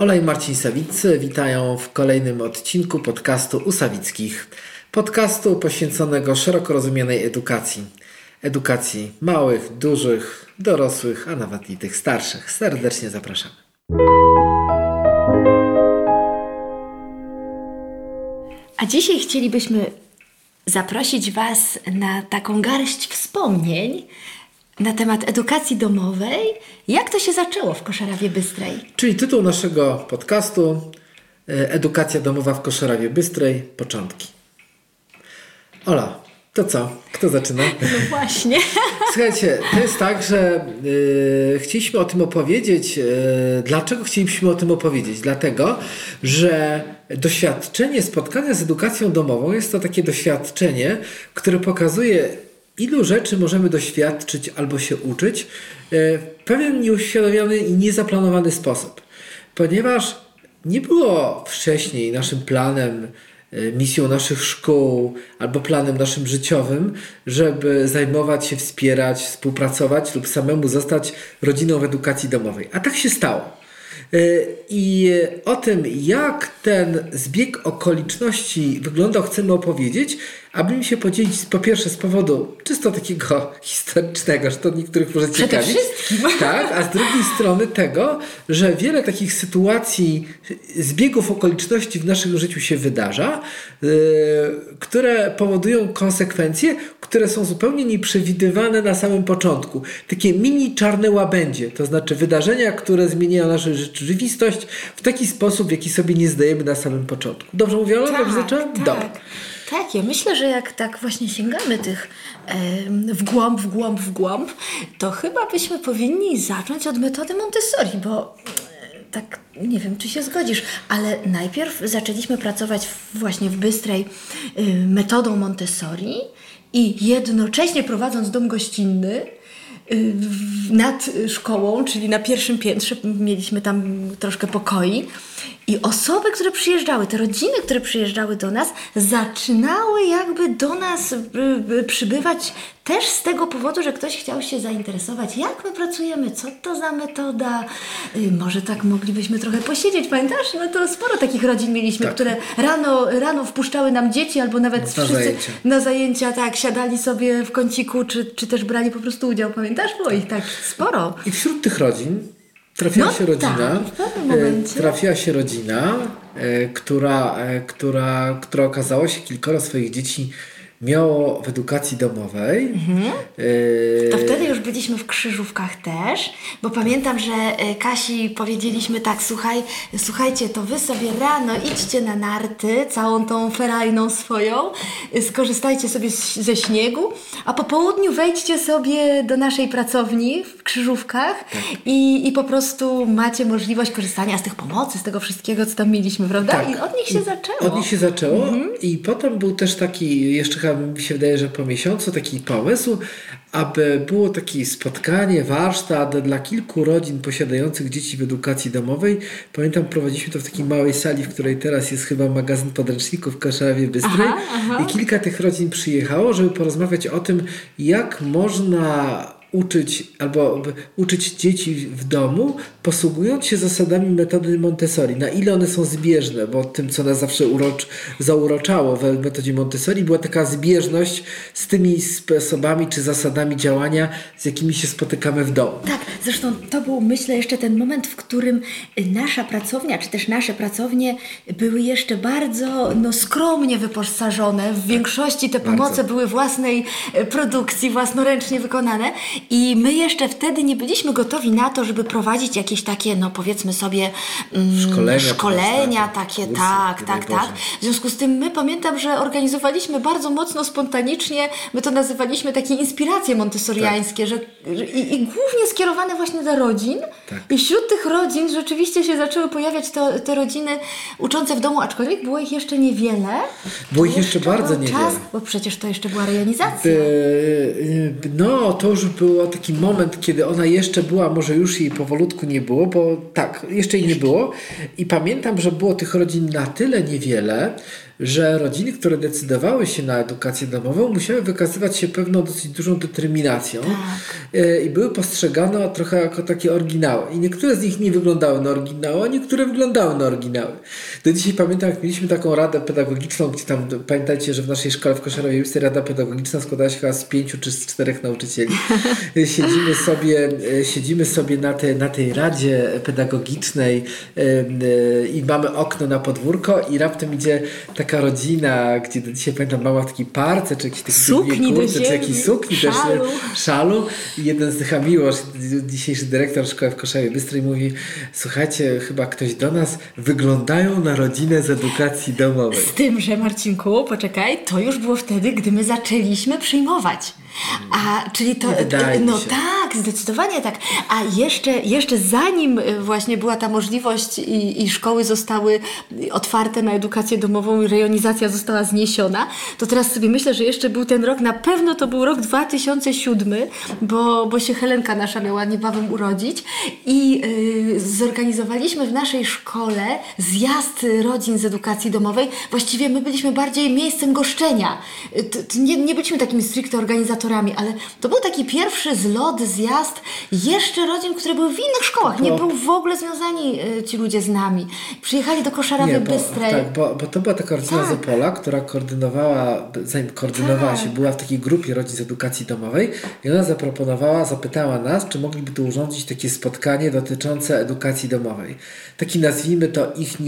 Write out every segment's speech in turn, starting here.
Ola i Marcin Sawiccy witają w kolejnym odcinku podcastu u Sawickich. Podcastu poświęconego szeroko rozumianej edukacji. Edukacji małych, dużych, dorosłych, a nawet i tych starszych. Serdecznie zapraszamy. A dzisiaj chcielibyśmy zaprosić Was na taką garść wspomnień na temat edukacji domowej. Jak to się zaczęło w Koszarawie Bystrej? Czyli tytuł naszego podcastu Edukacja domowa w Koszarawie Bystrej. Początki. Ola, to co? Kto zaczyna? No właśnie. Słuchajcie, to jest tak, że chcieliśmy o tym opowiedzieć. Dlaczego chcieliśmy o tym opowiedzieć? Dlatego, że doświadczenie spotkania z edukacją domową jest to takie doświadczenie, które pokazuje, ilu rzeczy możemy doświadczyć albo się uczyć w pewien nieuświadomiony i niezaplanowany sposób. Ponieważ nie było wcześniej naszym planem, misją naszych szkół albo planem naszym życiowym, żeby zajmować się, wspierać, współpracować lub samemu zostać rodziną w edukacji domowej. A tak się stało. I o tym, jak ten zbieg okoliczności wyglądał, chcemy opowiedzieć, aby mi się podzielić po pierwsze z powodu czysto takiego historycznego, że to niektórych może ciekawić. Tak, a z drugiej strony tego, że wiele takich sytuacji, zbiegów okoliczności w naszym życiu się wydarza, które powodują konsekwencje, które są zupełnie nieprzewidywane na samym początku. Takie mini czarne łabędzie, to znaczy wydarzenia, które zmieniają naszą rzeczywistość w taki sposób, w jaki sobie nie zdajemy na samym początku. Dobrze mówiono? Tak, Dobrze zacząłem? tak. Dobra. Tak, ja myślę, że jak tak właśnie sięgamy tych w głąb, to chyba byśmy powinni zacząć od metody Montessori, bo tak nie wiem, czy się zgodzisz, ale najpierw zaczęliśmy pracować właśnie w Bystrej metodą Montessori i jednocześnie prowadząc dom gościnny nad szkołą, czyli na pierwszym piętrze, mieliśmy tam troszkę pokoi i osoby, które przyjeżdżały, te rodziny, które przyjeżdżały do nas, zaczynały jakby do nas przybywać też z tego powodu, że ktoś chciał się zainteresować, jak my pracujemy, co to za metoda, może tak moglibyśmy trochę posiedzieć, pamiętasz? No to sporo takich rodzin mieliśmy, tak, które rano wpuszczały nam dzieci, albo nawet wszyscy na zajęcia, tak, siadali sobie w kąciku, czy też brali po prostu udział, pamiętasz? Było ich tak sporo. I wśród tych rodzin trafiła się rodzina, która okazało się kilkoro swoich dzieci miało w edukacji domowej. To wtedy już byliśmy w Krzyżówkach też, bo pamiętam, że Kasi powiedzieliśmy tak, słuchajcie, to wy sobie rano idźcie na narty, całą tą ferajną swoją, skorzystajcie sobie ze śniegu, a po południu wejdźcie sobie do naszej pracowni w Krzyżówkach i po prostu macie możliwość korzystania z tych pomocy, z tego wszystkiego, co tam mieliśmy, prawda? Tak. I od nich się zaczęło. Od nich się zaczęło i potem był też taki, jeszcze chyba mi się wydaje, że po miesiącu taki pomysł, aby było takie spotkanie, warsztat dla kilku rodzin posiadających dzieci w edukacji domowej. Pamiętam, prowadziliśmy to w takiej małej sali, w której teraz jest chyba magazyn podręczników w Koszarawie Bystrej. I kilka tych rodzin przyjechało, żeby porozmawiać o tym, jak można uczyć dzieci w domu, posługując się zasadami metody Montessori. Na ile one są zbieżne, bo tym, co nas zawsze zauroczało w metodzie Montessori, była taka zbieżność z tymi sposobami czy zasadami działania, z jakimi się spotykamy w domu. Tak, zresztą to był, myślę, jeszcze ten moment, w którym nasza pracownia, czy też nasze pracownie były jeszcze bardzo skromnie wyposażone. W większości te pomoce były własnej produkcji, własnoręcznie wykonane. I my jeszcze wtedy nie byliśmy gotowi na to, żeby prowadzić jakieś takie, powiedzmy sobie, szkolenia takie, tak. W związku z tym my pamiętam, że organizowaliśmy bardzo mocno spontanicznie, my to nazywaliśmy takie inspiracje montessoriańskie, i głównie skierowane właśnie do rodzin. Tak. I wśród tych rodzin rzeczywiście się zaczęły pojawiać te rodziny uczące w domu, aczkolwiek było ich jeszcze niewiele. Było ich jeszcze bardzo niewiele. Bo przecież to jeszcze była rejonizacja. To już było taki moment, kiedy ona jeszcze była, może już jej powolutku nie było, bo tak, jeszcze jej nie było. I pamiętam, że było tych rodzin na tyle niewiele, że rodziny, które decydowały się na edukację domową, musiały wykazywać się pewną dosyć dużą determinacją i były postrzegane trochę jako takie oryginały. I niektóre z nich nie wyglądały na oryginały, a niektóre wyglądały na oryginały. Do dzisiaj pamiętam, jak mieliśmy taką radę pedagogiczną, gdzie tam, pamiętajcie, że w naszej szkole w Koszarowie Wiejskiej rada pedagogiczna składała się chyba z 5 czy z 4 nauczycieli. Siedzimy sobie na tej radzie pedagogicznej i mamy okno na podwórko i raptem idzie taka rodzina, gdzie do dzisiaj pamiętam, mama w takiej parce, czy jakiś taki sukni kurce, czy jakiś sukni, szalu. też szalu. I jeden z tych Miłosz, dzisiejszy dyrektor szkoły w Koszawie Bystrej, mówi: słuchajcie, chyba ktoś do nas, wyglądają na rodzinę z edukacji domowej. Z tym, że Marcinku, poczekaj, to już było wtedy, gdy my zaczęliśmy przyjmować. Czyli to, no się. Tak, zdecydowanie tak. A jeszcze zanim właśnie była ta możliwość i szkoły zostały otwarte na edukację domową i rejonizacja została zniesiona, to teraz sobie myślę, że jeszcze był ten rok, na pewno to był rok 2007, bo się Helenka nasza miała niebawem urodzić i zorganizowaliśmy w naszej szkole zjazd rodzin z edukacji domowej. Właściwie my byliśmy bardziej miejscem goszczenia. Nie byliśmy takimi stricte organizatorami, ale to był taki pierwszy zlot, zjazd jeszcze rodzin, które były w innych szkołach. Nie był w ogóle związani ci ludzie z nami. Przyjechali do Koszarawy Bystrej. Tak, bo to była taka rodzina z Opola, która koordynowała się, była w takiej grupie rodzin z edukacji domowej i ona zapytała nas, czy mogliby tu urządzić takie spotkanie dotyczące edukacji domowej. Taki, nazwijmy to,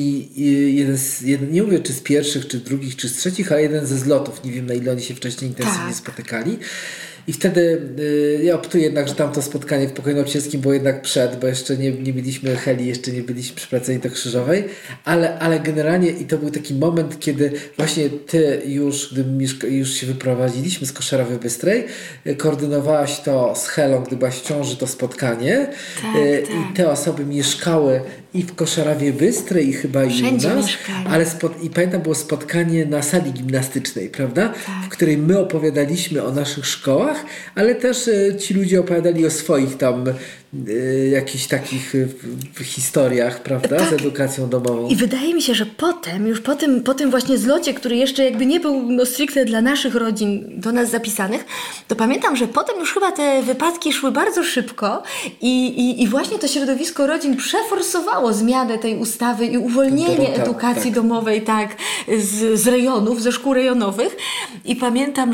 jeden, nie mówię czy z pierwszych, czy z drugich, czy z trzecich, ale jeden ze zlotów. Nie wiem, na ile oni się wcześniej intensywnie spotykali. I wtedy ja optuję jednak, że tamto spotkanie w pokoju nauczycielskim było jednak bo jeszcze nie mieliśmy heli, jeszcze nie byliśmy przyprowadzeni do Krzyżowej, ale generalnie i to był taki moment, kiedy właśnie ty gdy już się wyprowadziliśmy z Koszarowy Bystrej, koordynowałaś to z Helą, gdy byłaś w ciąży, to spotkanie i te osoby mieszkały i w Koszarowie Bystrej i chyba i u nas, i pamiętam, było spotkanie na sali gimnastycznej, prawda? W której my opowiadaliśmy o naszych szkołach, ale też ci ludzie opowiadali o swoich tam jakichś takich historiach, prawda, z edukacją domową. I wydaje mi się, że już po tym właśnie zlocie, który jeszcze jakby nie był stricte dla naszych rodzin do nas zapisanych, to pamiętam, że potem już chyba te wypadki szły bardzo szybko i właśnie to środowisko rodzin przeforsowało zmianę tej ustawy i uwolnienie edukacji domowej z rejonów, ze szkół rejonowych. I pamiętam,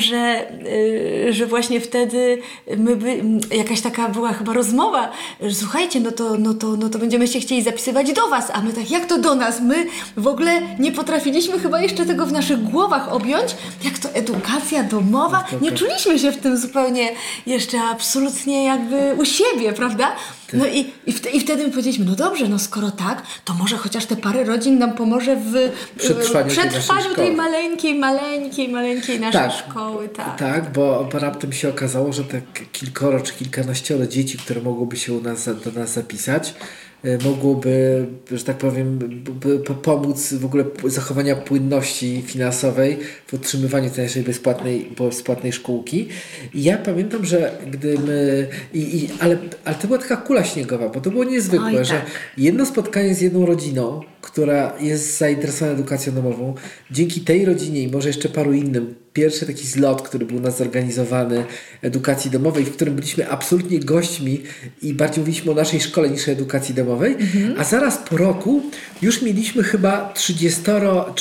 że właśnie wtedy jakaś taka była chyba rozmowa, że słuchajcie, no to będziemy się chcieli zapisywać do was, a my tak, jak to do nas? My w ogóle nie potrafiliśmy chyba jeszcze tego w naszych głowach objąć, jak to edukacja domowa. Nie czuliśmy się w tym zupełnie jeszcze absolutnie jakby u siebie, prawda? No i wtedy my powiedzieliśmy, no dobrze, no skoro tak, to może chociaż te parę rodzin nam pomoże w przetrwaniu tej maleńkiej naszej szkoły. Tak, bo raptem się okazało, że te kilkoro czy kilkanaścioro dzieci, które mogłoby się do nas zapisać, mogłoby, że tak powiem, pomóc w ogóle zachowania płynności finansowej w utrzymywaniu tej naszej bezpłatnej szkółki. I ja pamiętam, że gdy my... Ale to była taka kula śniegowa, bo to było niezwykłe, że jedno spotkanie z jedną rodziną, która jest zainteresowana edukacją domową, dzięki tej rodzinie i może jeszcze paru innym, pierwszy taki zlot, który był u nas zorganizowany edukacji domowej, w którym byliśmy absolutnie gośćmi i bardziej mówiliśmy o naszej szkole niż o edukacji domowej, a zaraz po roku już mieliśmy chyba 34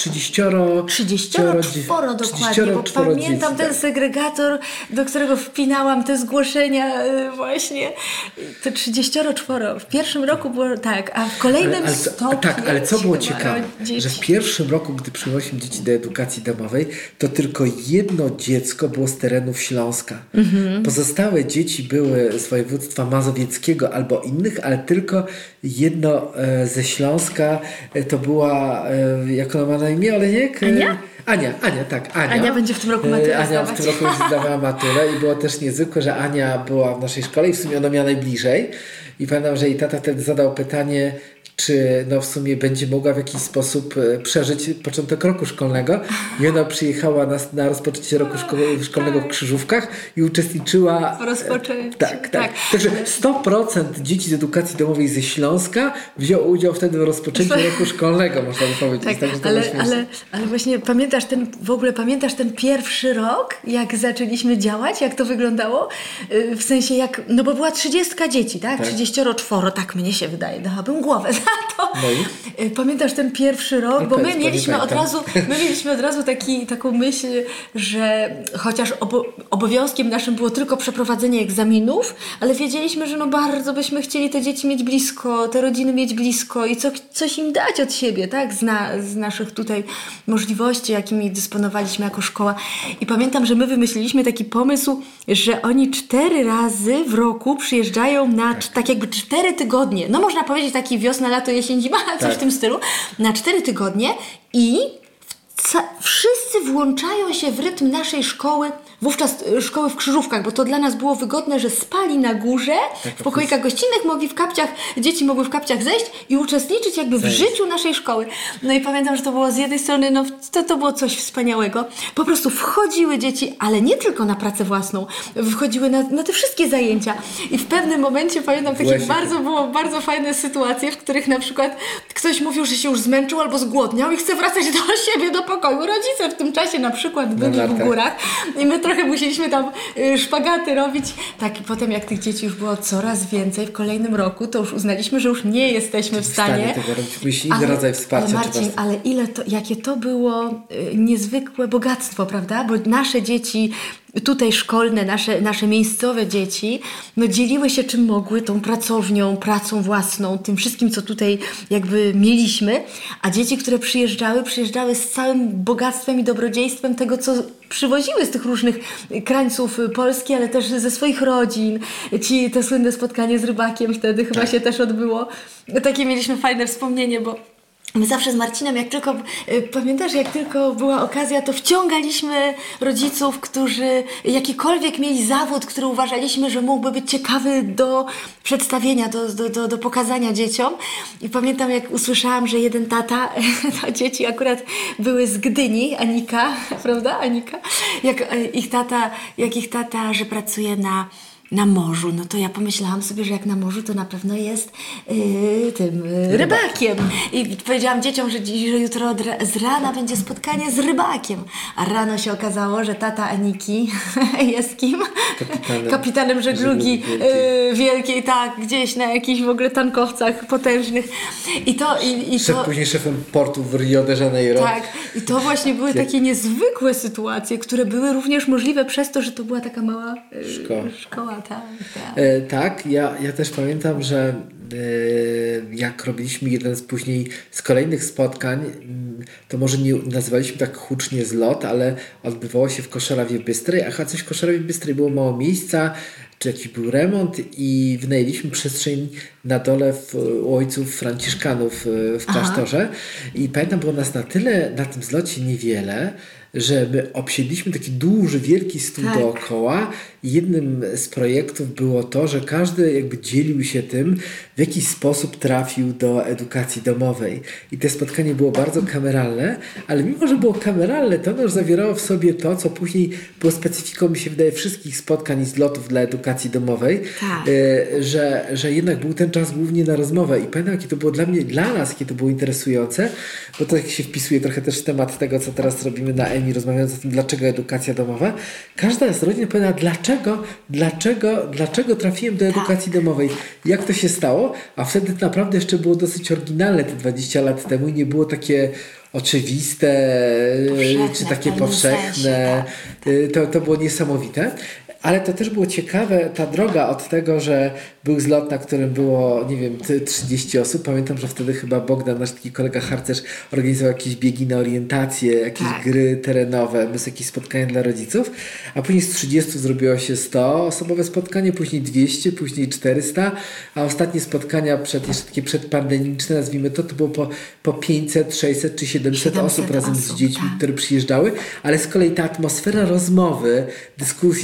dokładnie, bo pamiętam ten segregator, do którego wpinałam te zgłoszenia właśnie, te 34 w pierwszym roku było a w kolejnym stopniu. Tak, ale co było ciekawe, że w pierwszym roku, gdy przyjmowaliśmy dzieci do edukacji domowej, to tylko jedno dziecko było z terenów Śląska. Pozostałe dzieci były z województwa mazowieckiego albo innych, ale tylko jedno ze Śląska, to była, jak ona ma na imię, Olejniek? Ania. Ania będzie w tym roku maturę Ania w tym roku zdawała maturę i było też niezwykłe, że Ania była w naszej szkole i w sumie ona miała najbliżej. I pamiętam, że jej tata wtedy zadał pytanie, czy no w sumie będzie mogła w jakiś sposób przeżyć początek roku szkolnego. I ona przyjechała na rozpoczęcie roku szkolnego w Krzyżówkach i uczestniczyła w rozpoczęciu. Tak. Także 100% dzieci z edukacji domowej ze Śląska wzięło udział wtedy w rozpoczęciu roku szkolnego, można by powiedzieć. Tak, Także ale właśnie pamiętasz ten pierwszy rok, jak zaczęliśmy działać, jak to wyglądało? W sensie no bo była 30 dzieci, tak? 34, tak mnie się wydaje, dałabym głowę za to. No i? Pamiętasz ten pierwszy rok? Bo my mieliśmy od razu taką myśl, że chociaż obowiązkiem naszym było tylko przeprowadzenie egzaminów, ale wiedzieliśmy, że no bardzo byśmy chcieli te dzieci mieć blisko, te rodziny mieć blisko i coś im dać od siebie, tak? Z naszych tutaj możliwości, jakimi dysponowaliśmy jako szkoła. I pamiętam, że my wymyśliliśmy taki pomysł, że oni 4 razy w roku przyjeżdżają na tak jakby 4 tygodnie. No można powiedzieć taki wiosna, lato, jesień, zima, coś w tym stylu. Na 4 tygodnie i wszyscy włączają się w rytm naszej szkoły, wówczas szkoły w Krzyżówkach, bo to dla nas było wygodne, że spali na górze, w pokoikach gościnnych, dzieci mogły w kapciach zejść i uczestniczyć jakby w życiu naszej szkoły. No i pamiętam, że to było z jednej strony, no to było coś wspaniałego. Po prostu wchodziły dzieci, ale nie tylko na pracę własną, wchodziły na te wszystkie zajęcia. I w pewnym momencie pamiętam bardzo fajne sytuacje, w których na przykład ktoś mówił, że się już zmęczył albo zgłodniał i chce wracać do siebie, do pokoju. Rodzice w tym czasie na przykład byli w górach i my trochę musieliśmy tam szpagaty robić. Tak, i potem jak tych dzieci już było coraz więcej w kolejnym roku, to już uznaliśmy, że już nie jesteśmy w stanie tego robić. Musi inny rodzaj wsparcia. Ale Marcin, jakie to było niezwykłe bogactwo, prawda? Bo nasze dzieci tutaj szkolne, nasze miejscowe dzieci, no dzieliły się czym mogły, tą pracownią, pracą własną, tym wszystkim, co tutaj jakby mieliśmy, a dzieci, które przyjeżdżały z całym bogactwem i dobrodziejstwem tego, co przywoziły z tych różnych krańców Polski, ale też ze swoich rodzin. Te słynne spotkanie z rybakiem wtedy chyba się też odbyło. Takie mieliśmy fajne wspomnienie, bo my zawsze z Marcinem, pamiętasz, jak tylko była okazja, to wciągaliśmy rodziców, którzy jakikolwiek mieli zawód, który uważaliśmy, że mógłby być ciekawy do przedstawienia, do pokazania dzieciom. I pamiętam, jak usłyszałam, że jeden tata, dzieci akurat były z Gdyni, Anika, prawda, Anika? Jak ich tata, że pracuje na morzu, no to ja pomyślałam sobie, że jak na morzu, to na pewno jest tym rybakiem. I powiedziałam dzieciom, że jutro z rana będzie spotkanie z rybakiem. A rano się okazało, że tata Aniki jest kim? Kapitanem żeglugi wielkiej, tak, gdzieś na jakichś w ogóle tankowcach potężnych. Później szefem portu w Rio de Janeiro. Tak, i to właśnie były takie niezwykłe sytuacje, które były również możliwe przez to, że to była taka mała szkoła. Tak, ja też pamiętam, że jak robiliśmy jeden później z kolejnych spotkań, to może nie nazywaliśmy tak hucznie zlot, ale odbywało się w Koszarawie Bystrej, a coś w Koszarawie Bystrej było mało miejsca, czy jakiś był remont i wynajęliśmy przestrzeń na dole u ojców franciszkanów w klasztorze. I pamiętam, było nas na tyle na tym zlocie niewiele, że my obsiedliśmy taki duży, wielki stół dookoła i jednym z projektów było to, że każdy jakby dzielił się tym, w jaki sposób trafił do edukacji domowej. I to spotkanie było bardzo kameralne, ale mimo, że było kameralne, to ono już zawierało w sobie to, co później było specyfiką, mi się wydaje, wszystkich spotkań i zlotów dla edukacji domowej, że jednak był ten czas głównie na rozmowę. I pamiętam, jakie to było dla nas, jakie to było interesujące, bo to się wpisuje trochę też w temat tego, co teraz robimy na ENI, rozmawiając o tym, dlaczego edukacja domowa. Każda z rodzin powiedziała, dlaczego trafiłem do edukacji domowej, jak to się stało, a wtedy naprawdę jeszcze było dosyć oryginalne te 20 lat temu i nie było takie oczywiste, czy takie powszechne. To było niesamowite. Ale to też było ciekawe, ta droga od tego, że był zlot, na którym było, 30 osób. Pamiętam, że wtedy chyba Bogdan, nasz taki kolega harcerz, organizował jakieś biegi na orientację, jakieś gry terenowe, bez jakichś spotkań dla rodziców. A później z 30 zrobiło się 100-osobowe spotkanie, później 200, później 400, a ostatnie spotkania jeszcze takie przedpandemiczne, nazwijmy to było po 500, 600 czy 700 osób razem z dziećmi, które przyjeżdżały. Ale z kolei ta atmosfera rozmowy, dyskusji, dzielenia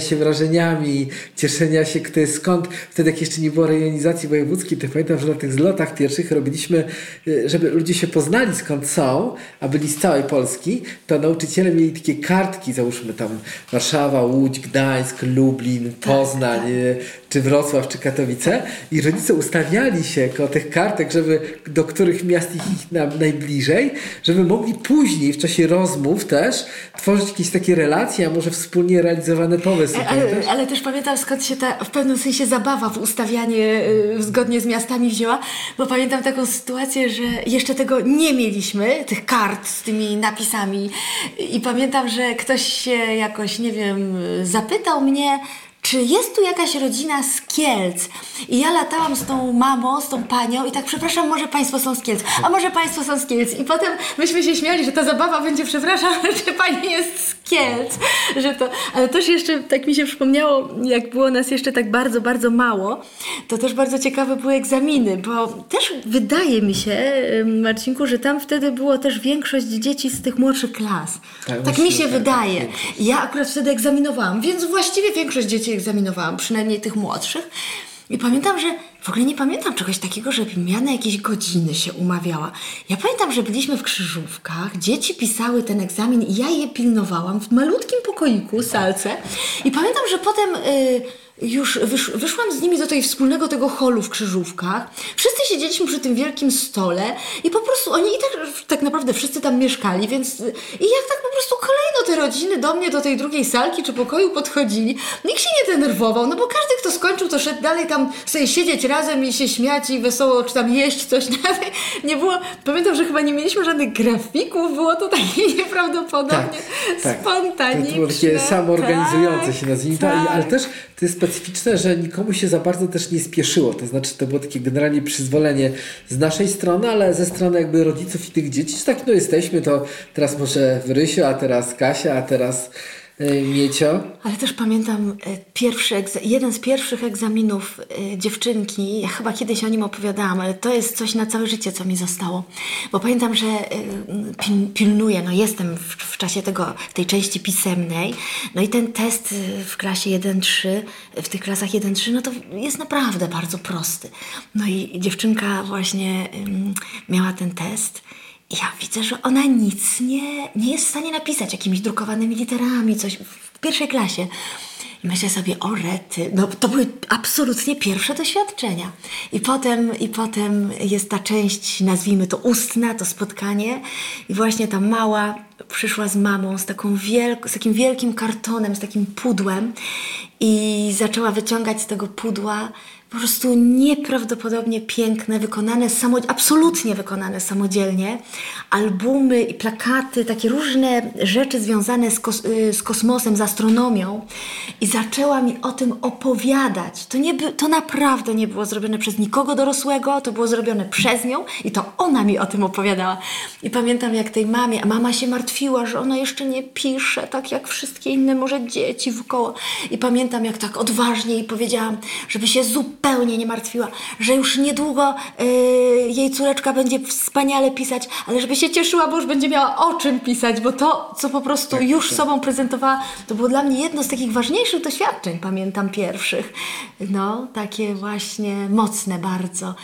się wrażeniami, cieszenia się kto jest skąd. Wtedy jak jeszcze nie było rejonizacji wojewódzkiej, to pamiętam, że na tych zlotach pierwszych robiliśmy, żeby ludzie się poznali skąd są, a byli z całej Polski, to nauczyciele mieli takie kartki, załóżmy tam Warszawa, Łódź, Gdańsk, Lublin, Poznań, czy Wrocław, czy Katowice i rodzice ustawiali się koło tych kartek, żeby do których miast ich najbliżej, żeby mogli później w czasie rozmów też tworzyć jakieś takie relacje, a może wspólnie realizowane pomysły. Ale też pamiętam, skąd się ta w pewnym sensie zabawa w ustawianie zgodnie z miastami wzięła, bo pamiętam taką sytuację, że jeszcze tego nie mieliśmy, tych kart z tymi napisami i pamiętam, że ktoś się jakoś, nie wiem, zapytał mnie, czy jest tu jakaś rodzina z Kielc? I ja latałam z tą mamą, z tą panią i tak, przepraszam, może państwo są z Kielc? A może państwo są z Kielc? I potem myśmy się śmiali, że ta zabawa będzie, przepraszam, że pani jest z Kielc. Że to, ale też jeszcze tak mi się przypomniało, jak było nas jeszcze tak bardzo, bardzo mało, to też bardzo ciekawe były egzaminy, bo też wydaje mi się, Marcinku, że tam wtedy było też większość dzieci z tych młodszych klas. Tak mi się wydaje. Ja akurat wtedy egzaminowałam, więc właściwie większość dzieci egzaminowałam, przynajmniej tych młodszych. I pamiętam, że w ogóle nie pamiętam czegoś takiego, żebym ja na jakieś godziny się umawiała. Ja pamiętam, że byliśmy w Krzyżówkach, dzieci pisały ten egzamin i ja je pilnowałam w malutkim pokoiku, salce. I pamiętam, że potem już wyszłam z nimi do tej wspólnego tego holu w Krzyżówkach. Wszyscy siedzieliśmy przy tym wielkim stole i po prostu oni i tak naprawdę wszyscy tam mieszkali, więc i jak tak po prostu kolejno te rodziny do mnie, do tej drugiej salki czy pokoju podchodzili, nikt się nie denerwował, no bo każdy, kto skończył, to szedł dalej tam sobie siedzieć razem i się śmiać i wesoło, czy tam jeść coś. Nie było, pamiętam, że chyba nie mieliśmy żadnych grafików, było to takie nieprawdopodobnie spontaniczne. To było takie samoorganizujące się, nazwijmy to, ale też to jest specyficzne, że nikomu się za bardzo też nie spieszyło. To znaczy, to było takie generalnie przyzwolenie z naszej strony, ale ze strony jakby rodziców i tych dzieci, że tak, no jesteśmy, to teraz może Wrysio, a teraz Kasia, a teraz Miecio. Ale też pamiętam jeden z pierwszych egzaminów dziewczynki, ja chyba kiedyś o nim opowiadałam, ale to jest coś na całe życie, co mi zostało. Bo pamiętam, że pilnuję, no jestem w czasie tej części pisemnej, no i ten test w klasie 1-3, w tych klasach 1-3, no to jest naprawdę bardzo prosty. No i dziewczynka właśnie miała ten test. I ja widzę, że ona nic nie jest w stanie napisać jakimiś drukowanymi literami, coś w pierwszej klasie. I myślę sobie, o rety, no to były absolutnie pierwsze doświadczenia. I potem jest ta część, nazwijmy to ustna, to spotkanie. I właśnie ta mała przyszła z mamą z takim wielkim kartonem, z takim pudłem i zaczęła wyciągać z tego pudła po prostu nieprawdopodobnie piękne, absolutnie wykonane samodzielnie, albumy i plakaty, takie różne rzeczy związane z kosmosem, z astronomią i zaczęła mi o tym opowiadać. To naprawdę nie było zrobione przez nikogo dorosłego, to było zrobione przez nią i to ona mi o tym opowiadała. I pamiętam jak tej mamie, a mama się martwiła, że ona jeszcze nie pisze, tak jak wszystkie inne może dzieci wokoło. I pamiętam jak tak odważnie jej powiedziałam, żeby się zupełnie nie martwiła, że już niedługo jej córeczka będzie wspaniale pisać, ale żeby się cieszyła, bo już będzie miała o czym pisać, bo to, co po prostu sobą prezentowała, to było dla mnie jedno z takich ważniejszych doświadczeń, pamiętam pierwszych. No, takie właśnie mocne bardzo.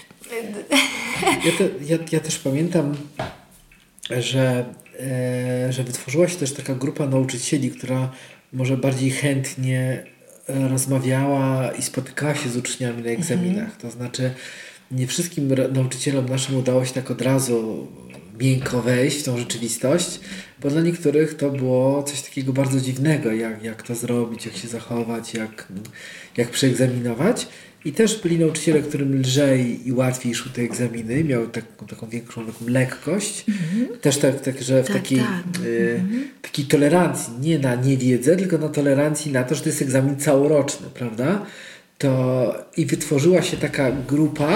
Ja też pamiętam, że wytworzyła się też taka grupa nauczycieli, która może bardziej chętnie rozmawiała i spotykała się z uczniami na egzaminach. To znaczy nie wszystkim nauczycielom naszym udało się tak od razu miękko wejść w tą rzeczywistość, bo dla niektórych to było coś takiego bardzo dziwnego, jak to zrobić, jak się zachować, jak przeegzaminować. I też byli nauczyciele, którym lżej i łatwiej szły te egzaminy, miały taką większą lekkość. Też tak, że w takiej tolerancji, nie na niewiedzę, tylko na tolerancji na to, że to jest egzamin całoroczny, prawda? I wytworzyła się taka grupa,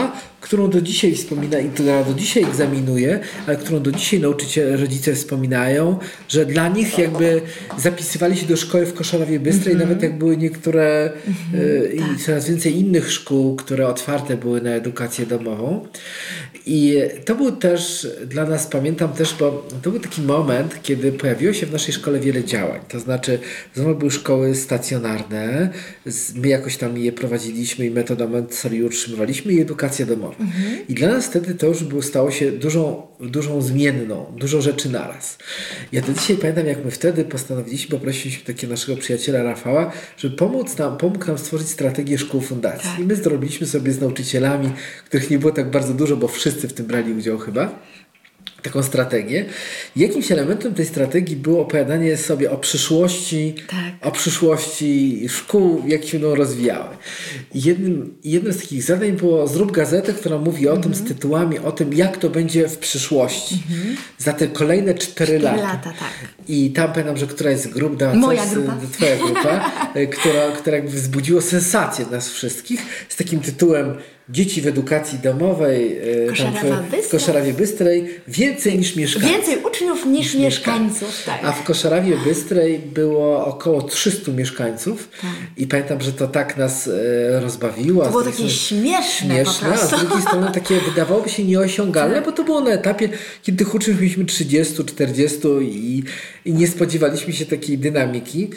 którą do dzisiaj wspomina i która do dzisiaj egzaminuje, ale którą do dzisiaj rodzice wspominają, że dla nich jakby zapisywali się do szkoły w Koszarawie Bystrej, nawet jak były niektóre i coraz więcej innych szkół, które otwarte były na edukację domową. I to był też dla nas, pamiętam też, bo to był taki moment, kiedy pojawiło się w naszej szkole wiele działań. To znaczy, znowu były szkoły stacjonarne, my jakoś tam je prowadziliśmy i metodą Montessori utrzymywaliśmy i edukację domową. I dla nas wtedy to już stało się dużą zmienną, dużo rzeczy naraz. Ja do dzisiaj pamiętam, jak my wtedy postanowiliśmy, poprosiliśmy takiego naszego przyjaciela Rafała, żeby pomógł nam stworzyć strategię szkół fundacji. I my zrobiliśmy sobie z nauczycielami, których nie było tak bardzo dużo, bo wszyscy w tym brali udział chyba, taką strategię. Jakimś elementem tej strategii było opowiadanie sobie o przyszłości szkół, jak się będą rozwijały. I jednym z takich zadań było zrób gazetę, która mówi o tym z tytułami, o tym, jak to będzie w przyszłości. Za te kolejne 4 lata. Tak. I tam pamiętam, że któraś z grup dała twoja grupa, która jakby wzbudziło sensację nas wszystkich z takim tytułem Dzieci w edukacji domowej w Koszarawie Bystrej więcej niż mieszkańców. Więcej uczniów niż mieszkańców. Tak. A w Koszarawie Bystrej było około 300 mieszkańców. I pamiętam, że to tak nas rozbawiło. To było takie śmieszne po prostu. A z drugiej strony takie wydawałoby się nieosiągalne, bo to było na etapie, kiedy tych uczniów mieliśmy 30, 40 i nie spodziewaliśmy się takiej dynamiki.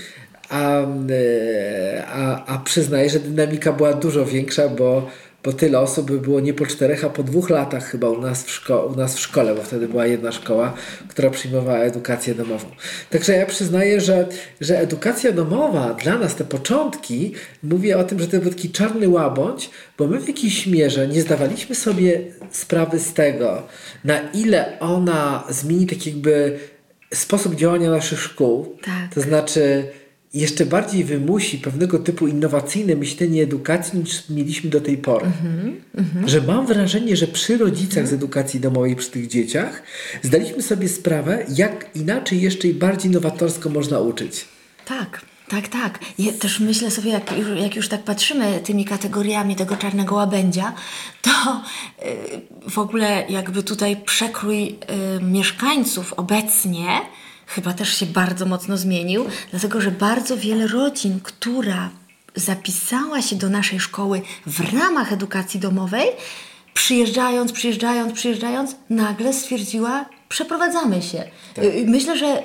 A przyznaję, że dynamika była dużo większa, bo tyle osób było nie po 4, a po 2 latach chyba u nas w szkole, bo wtedy była jedna szkoła, która przyjmowała edukację domową. Także ja przyznaję, że edukacja domowa dla nas, te początki, mówię o tym, że to był taki czarny łabędź, bo my w jakiejś mierze nie zdawaliśmy sobie sprawy z tego, na ile ona zmieni tak jakby sposób działania naszych szkół. Tak. To znaczy jeszcze bardziej wymusi pewnego typu innowacyjne myślenie edukacji, niż mieliśmy do tej pory. Że mam wrażenie, że przy rodzicach z edukacji domowej, przy tych dzieciach, zdaliśmy sobie sprawę, jak inaczej jeszcze i bardziej nowatorsko można uczyć. Tak. Ja też myślę sobie, jak już tak patrzymy tymi kategoriami tego czarnego łabędzia, to w ogóle jakby tutaj przekrój mieszkańców obecnie chyba też się bardzo mocno zmienił, dlatego że bardzo wiele rodzin, która zapisała się do naszej szkoły w ramach edukacji domowej, przyjeżdżając, nagle stwierdziła, przeprowadzamy się. Tak. Myślę, że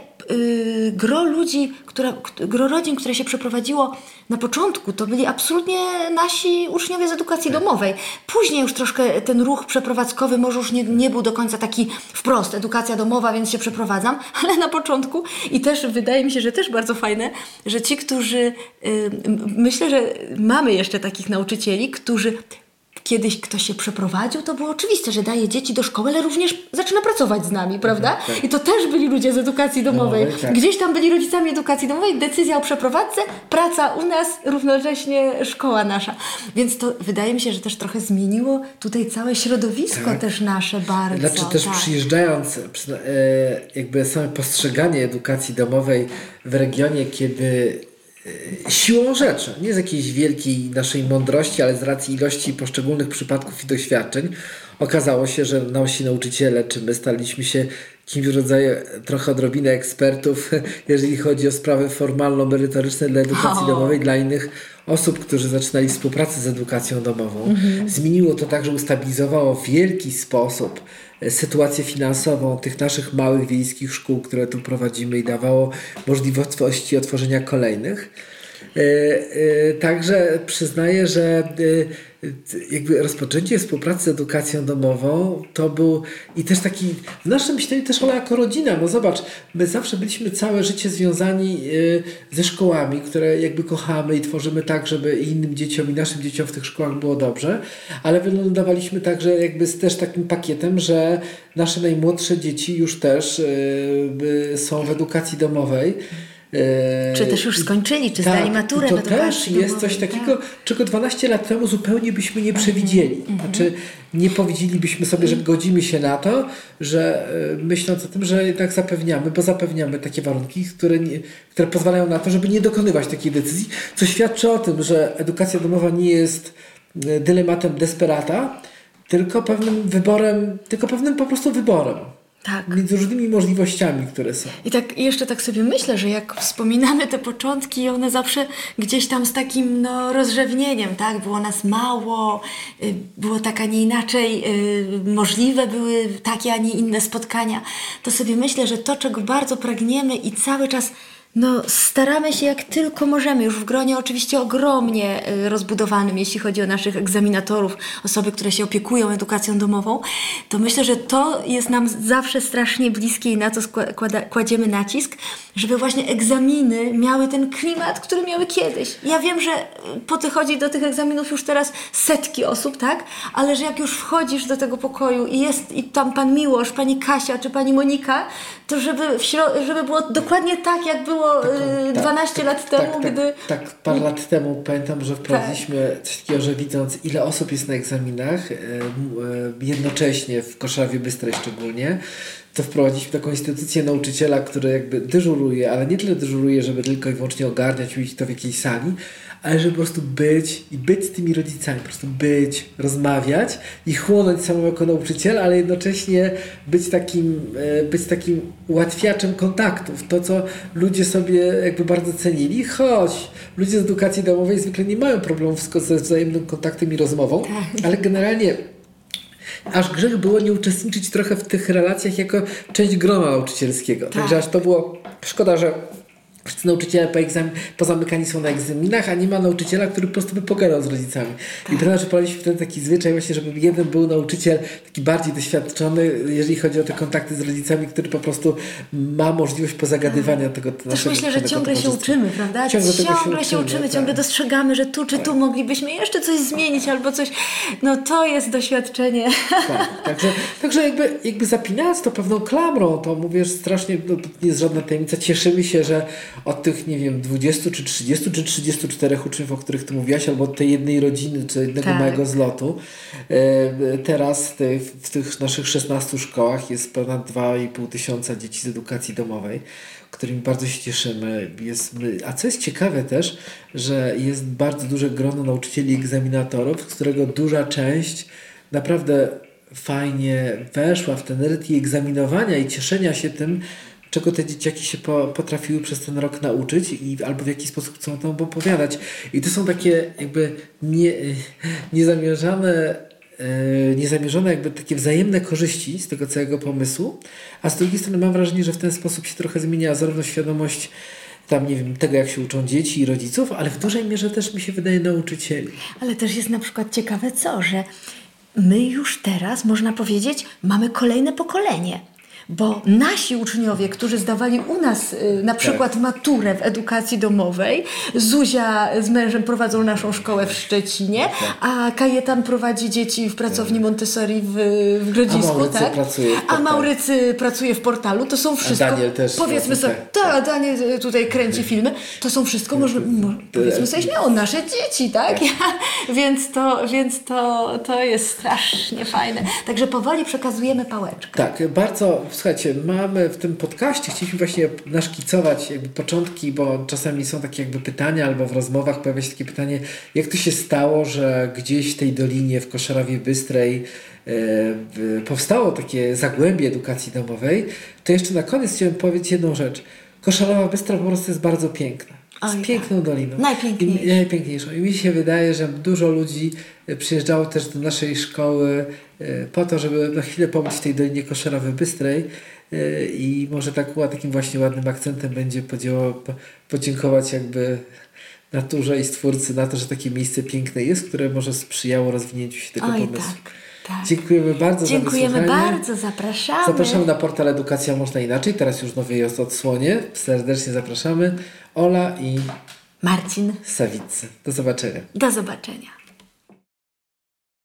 gro rodzin, które się przeprowadziło na początku, to byli absolutnie nasi uczniowie z edukacji domowej. Później już troszkę ten ruch przeprowadzkowy może już nie był do końca taki wprost, edukacja domowa, więc się przeprowadzam, ale na początku i też wydaje mi się, że też bardzo fajne, że ci, którzy myślę, że mamy jeszcze takich nauczycieli, którzy kiedyś ktoś się przeprowadził, to było oczywiste, że daje dzieci do szkoły, ale również zaczyna pracować z nami, prawda? Tak. I to też byli ludzie z edukacji domowej. Tak. Gdzieś tam byli rodzicami edukacji domowej, decyzja o przeprowadzce, praca u nas, równocześnie szkoła nasza. Więc to wydaje mi się, że też trochę zmieniło tutaj całe środowisko też nasze bardzo. Znaczy też przyjeżdżając, jakby same postrzeganie edukacji domowej w regionie, kiedy siłą rzeczy, nie z jakiejś wielkiej naszej mądrości, ale z racji ilości poszczególnych przypadków i doświadczeń, okazało się, że nasi nauczyciele, czy my staliśmy się kimś w rodzaju trochę odrobinę ekspertów, jeżeli chodzi o sprawy formalno-merytoryczne dla edukacji domowej, dla innych osób, którzy zaczynali współpracę z edukacją domową. Zmieniło to tak, że ustabilizowało w wielki sposób sytuację finansową tych naszych małych wiejskich szkół, które tu prowadzimy i dawało możliwości otworzenia kolejnych. Także przyznaję, że jakby rozpoczęcie współpracy z edukacją domową to był i też taki w naszym myśleniu też ona jako rodzina, no zobacz, my zawsze byliśmy całe życie związani ze szkołami, które jakby kochamy i tworzymy tak, żeby innym dzieciom i naszym dzieciom w tych szkołach było dobrze, ale wylądowaliśmy także jakby z też takim pakietem, że nasze najmłodsze dzieci już też są w edukacji domowej. Czy też już skończyli, czy zdali maturę. To też jest coś takiego, czego 12 lat temu zupełnie byśmy nie przewidzieli. Znaczy nie powiedzielibyśmy sobie, że godzimy się na to, że myśląc o tym, że jednak zapewniamy takie warunki, które pozwalają na to, żeby nie dokonywać takiej decyzji, co świadczy o tym, że edukacja domowa nie jest dylematem desperata, tylko pewnym wyborem, tylko pewnym po prostu wyborem. Tak. Między różnymi możliwościami, które są. I tak jeszcze tak sobie myślę, że jak wspominamy te początki, one zawsze gdzieś tam z takim rozrzewnieniem, tak? Było nas mało, było tak, a nie inaczej, możliwe były takie, a nie inne spotkania. To sobie myślę, że to, czego bardzo pragniemy i cały czas staramy się jak tylko możemy, już w gronie oczywiście ogromnie rozbudowanym, jeśli chodzi o naszych egzaminatorów, osoby, które się opiekują edukacją domową, to myślę, że to jest nam zawsze strasznie bliskie i na to kładziemy nacisk, żeby właśnie egzaminy miały ten klimat, który miały kiedyś. Ja wiem, że podchodzi do tych egzaminów już teraz setki osób, tak? Ale że jak już wchodzisz do tego pokoju i jest i tam pan Miłosz, pani Kasia czy pani Monika, to żeby było dokładnie tak, jak było 12 lat temu, gdy... Tak, parę lat temu pamiętam, że wprowadziliśmy coś takiego, że widząc ile osób jest na egzaminach, jednocześnie w Koszarawie Bystrej szczególnie, to wprowadziliśmy taką instytucję nauczyciela, który jakby dyżuruje, ale nie tyle dyżuruje, żeby tylko i wyłącznie ogarniać i to w jakiejś sali, ale żeby po prostu być z tymi rodzicami, po prostu rozmawiać i chłonąć samemu jako nauczyciel, ale jednocześnie być takim ułatwiaczem kontaktów. To, co ludzie sobie jakby bardzo cenili, choć ludzie z edukacji domowej zwykle nie mają problemów ze wzajemnym kontaktem i rozmową, ale generalnie aż grzech było nie uczestniczyć trochę w tych relacjach jako część grona nauczycielskiego. Także aż to było szkoda, że wszyscy nauczyciele pozamykani są na egzaminach, a nie ma nauczyciela, który po prostu by pogadał z rodzicami. I pamiętam, że wprowadziliśmy wtedy taki zwyczaj właśnie, żeby jeden był nauczyciel taki bardziej doświadczony, jeżeli chodzi o te kontakty z rodzicami, który po prostu ma możliwość pozagadywania tego naszego. Też myślę, że ciągle się uczymy, prawda? Ciągle się uczymy, ciągle dostrzegamy, że tu czy tu moglibyśmy jeszcze coś zmienić albo coś. No to jest doświadczenie. Także jakby zapinając to pewną klamrą, to mówię, że strasznie, to nie jest żadna tajemnica, cieszymy się, że od tych, nie wiem, 20 czy 30 czy 34 uczniów, o których ty mówiłaś, albo od tej jednej rodziny, czy jednego małego zlotu, teraz w tych naszych 16 szkołach jest ponad 2,5 tysiąca dzieci z edukacji domowej, którymi bardzo się cieszymy. A co jest ciekawe też, że jest bardzo duże grono nauczycieli i egzaminatorów, z którego duża część naprawdę fajnie weszła w ten rytm egzaminowania i cieszenia się tym, czego te dzieciaki się potrafiły przez ten rok nauczyć albo w jaki sposób chcą tam opowiadać. I to są takie jakby niezamierzone jakby takie wzajemne korzyści z tego całego pomysłu, a z drugiej strony mam wrażenie, że w ten sposób się trochę zmienia zarówno świadomość tego, jak się uczą dzieci i rodziców, ale w dużej mierze też mi się wydaje nauczycieli. Ale też jest na przykład ciekawe że my już teraz, można powiedzieć, mamy kolejne pokolenie. Bo nasi uczniowie, którzy zdawali u nas na przykład maturę w edukacji domowej, Zuzia z mężem prowadzą naszą szkołę w Szczecinie, a Kajetan prowadzi dzieci w pracowni Montessori w Grodzisku, a Maurycy pracuje w portalu. To są wszystko. A Daniel też. Powiedzmy sobie, Daniel tutaj kręci filmy. To są wszystko, powiedzmy sobie śmiało, nasze dzieci, tak? Więc to jest strasznie fajne. Także powoli przekazujemy pałeczkę. Tak, bardzo. Słuchajcie, mamy w tym podcaście, chcieliśmy właśnie naszkicować jakby początki, bo czasami są takie jakby pytania, albo w rozmowach pojawia się takie pytanie, jak to się stało, że gdzieś w tej dolinie w Koszarawie Bystrej powstało takie zagłębie edukacji domowej. To jeszcze na koniec chciałem powiedzieć jedną rzecz. Koszarawa Bystra po prostu jest bardzo piękna. Z piękną doliną. Najpiękniejszą. I mi się wydaje, że dużo ludzi przyjeżdżało też do naszej szkoły po to, żeby na chwilę pobyć w tej Dolinie Koszarawy Bystrej i może takim właśnie ładnym akcentem będzie podziękować jakby naturze i Stwórcy na to, że takie miejsce piękne jest, które może sprzyjało rozwinięciu się tego pomysłu. Tak. Dziękujemy bardzo za wysłuchanie. Dziękujemy bardzo, zapraszamy. Zapraszamy na portal Edukacja Można Inaczej, teraz już nowej odsłonie. Serdecznie zapraszamy. Ola i Marcin Sawiccy. Do zobaczenia. Do zobaczenia.